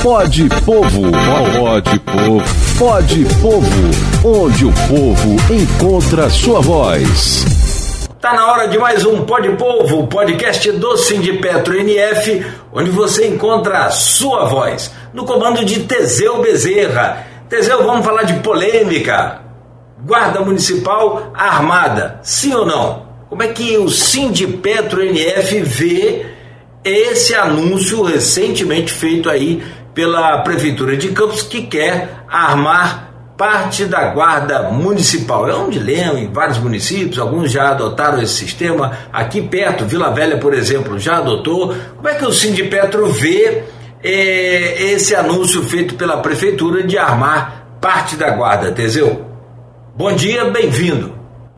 Pode Povo, pode povo, pode povo, onde o povo encontra sua voz. Tá na hora de mais um Pode Povo, podcast do Sindipetro NF, onde você encontra a sua voz, no comando de Teseu Bezerra. Teseu, vamos falar de polêmica. Guarda Municipal armada, sim ou não? Como é que o Sindipetro NF vê esse anúncio recentemente feito aí pela Prefeitura de Campos, que quer armar parte da Guarda Municipal? É um dilema em vários municípios, alguns já adotaram esse sistema, aqui perto, Vila Velha, por exemplo, já adotou. Como é que o Sindipetro vê esse anúncio feito pela Prefeitura de armar parte da Guarda, Teseu? Bom dia, bem-vindo.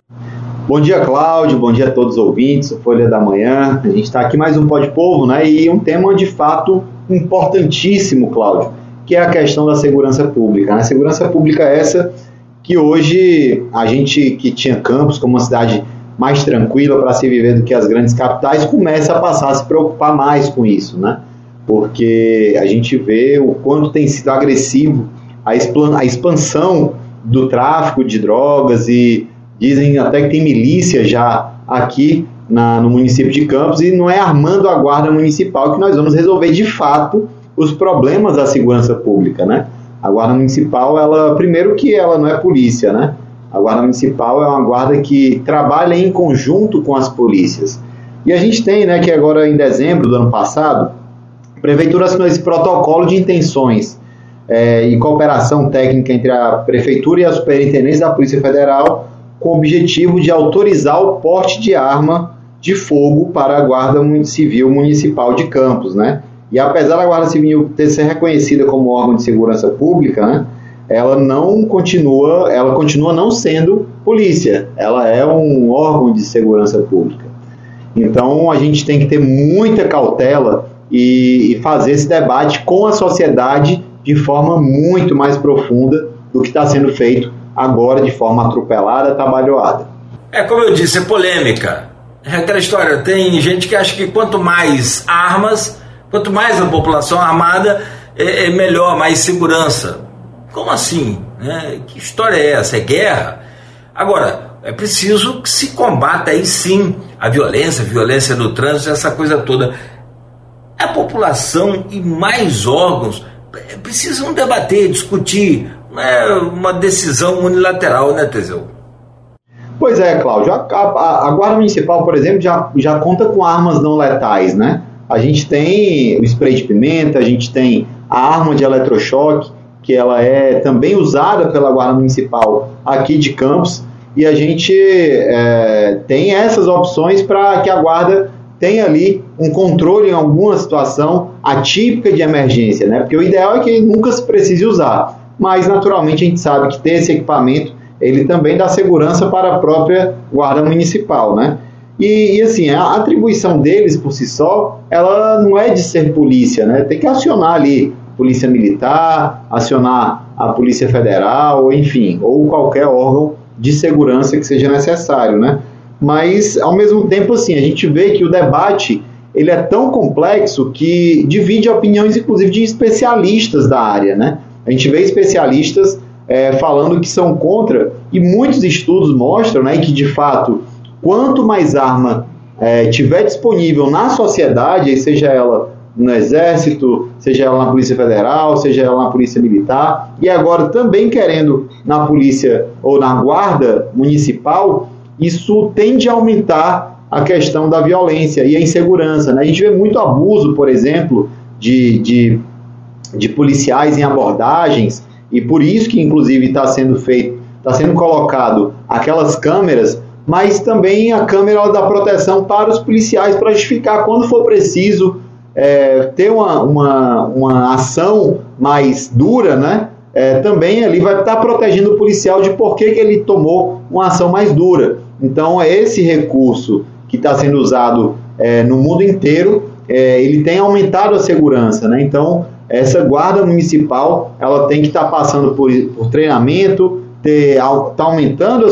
Bom dia, Cláudio, bom dia a todos os ouvintes, Folha da Manhã. A gente está aqui mais um Pode Povo, né? E um tema de fato importantíssimo, Cláudio, que é a questão da segurança pública, né? Segurança pública essa que hoje a gente que tinha Campos como uma cidade mais tranquila para se viver do que as grandes capitais, começa a passar a se preocupar mais com isso, né? Porque a gente vê o quanto tem sido agressivo a expansão do tráfico de drogas, e dizem até que tem milícia já aqui no município de Campos, e não é armando a Guarda Municipal que nós vamos resolver de fato os problemas da segurança pública, né? A Guarda Municipal, primeiro que ela não é polícia, né? A Guarda Municipal é uma guarda que trabalha em conjunto com as polícias. E a gente tem, né, que agora em dezembro do ano passado, a Prefeitura assinou esse protocolo de intenções e cooperação técnica entre a Prefeitura e a Superintendência da Polícia Federal, com o objetivo de autorizar o porte de arma de fogo para a Guarda Civil Municipal de Campos, né? E apesar da Guarda Civil ser reconhecida como órgão de segurança pública, né, ela continua não sendo polícia, ela é um órgão de segurança pública. Então a gente tem que ter muita cautela e fazer esse debate com a sociedade de forma muito mais profunda do que está sendo feito agora de forma atropelada, atabalhoada. Como eu disse, é polêmica. É aquela história, tem gente que acha que quanto mais armas, quanto mais a população armada, é melhor, mais segurança. Como assim? Que história é essa? É guerra? Agora, é preciso que se combata aí sim a violência no trânsito, essa coisa toda. A população e mais órgãos precisam debater, discutir. Não é uma decisão unilateral, né, Teseu? Pois é, Cláudio. A Guarda Municipal, por exemplo, já conta com armas não letais, né? A gente tem o spray de pimenta, a gente tem a arma de eletrochoque, que ela é também usada pela Guarda Municipal aqui de Campos, e a gente tem essas opções para que a Guarda tenha ali um controle em alguma situação atípica de emergência, né? Porque o ideal é que nunca se precise usar, mas naturalmente a gente sabe que ter esse equipamento, ele também dá segurança para a própria Guarda Municipal, né? E assim, a atribuição deles por si só, ela não é de ser polícia, né? Tem que acionar ali a Polícia Militar, acionar a Polícia Federal, enfim, ou qualquer órgão de segurança que seja necessário, né? Mas, ao mesmo tempo, assim, a gente vê que o debate ele é tão complexo que divide opiniões, inclusive, de especialistas da área, né? A gente vê especialistas falando que são contra, e muitos estudos mostram, né, que, de fato, quanto mais arma tiver disponível na sociedade, seja ela no Exército, seja ela na Polícia Federal, seja ela na Polícia Militar, e agora também querendo na Polícia ou na Guarda Municipal, isso tende a aumentar a questão da violência e a insegurança, né? A gente vê muito abuso, por exemplo, de policiais em abordagens, e por isso que, inclusive, está sendo colocado aquelas câmeras, mas também a câmera da proteção para os policiais, para justificar quando for preciso ter uma ação mais dura, né? Também ali vai estar protegendo o policial de por que ele tomou uma ação mais dura. Então, esse recurso que está sendo usado no mundo inteiro, ele tem aumentado a segurança, né? Então, essa Guarda Municipal, ela tem que estar passando por treinamento, está aumentando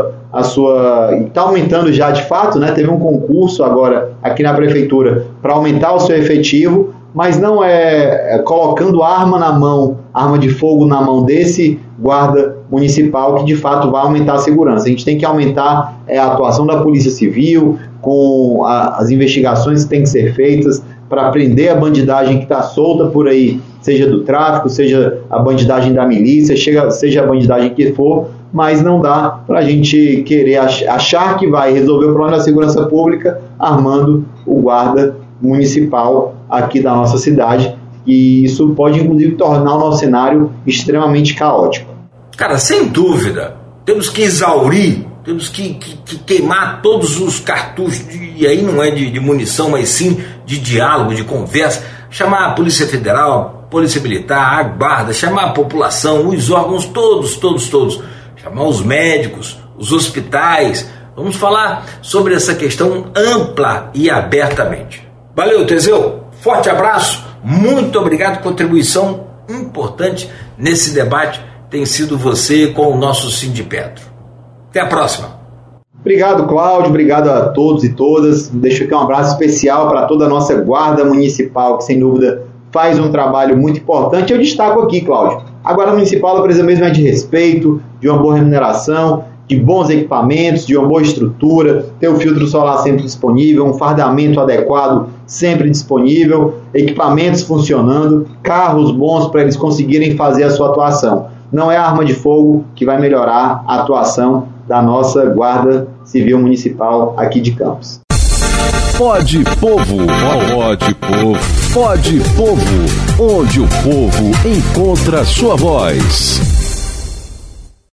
está aumentando já de fato, né? Teve um concurso agora aqui na Prefeitura para aumentar o seu efetivo, mas não é colocando arma de fogo na mão desse guarda municipal que de fato vai aumentar a segurança. A gente tem que aumentar a atuação da Polícia Civil, com as investigações que têm que ser feitas para prender a bandidagem que está solta por aí, seja do tráfico, seja a bandidagem da milícia, seja a bandidagem que for, mas não dá para a gente querer achar que vai resolver o problema da segurança pública armando o guarda municipal aqui da nossa cidade, e isso pode inclusive tornar o nosso cenário extremamente caótico. Cara, sem dúvida, temos que exaurir, temos que queimar todos os cartuchos, e aí não é de munição, mas sim de diálogo, de conversa, chamar a Polícia Federal, a Polícia Militar, a Guarda, chamar a população, os órgãos todos, chamar os médicos, os hospitais. Vamos falar sobre essa questão ampla e abertamente. Valeu, Teseu, forte abraço, muito obrigado, contribuição importante nesse debate tem sido você com o nosso Sindipetro. Até a próxima. Obrigado, Cláudio, obrigado a todos e todas. Deixo aqui um abraço especial para toda a nossa Guarda Municipal, que sem dúvida faz um trabalho muito importante. Eu destaco aqui, Cláudio, a Guarda Municipal precisa mesmo de respeito, de uma boa remuneração, de bons equipamentos, de uma boa estrutura, ter o filtro solar sempre disponível, um fardamento adequado sempre disponível, equipamentos funcionando, carros bons para eles conseguirem fazer a sua atuação. Não é a arma de fogo que vai melhorar a atuação da nossa Guarda Civil Municipal aqui de Campos. Pode Povo, pode Povo, pode Povo, onde o povo encontra sua voz.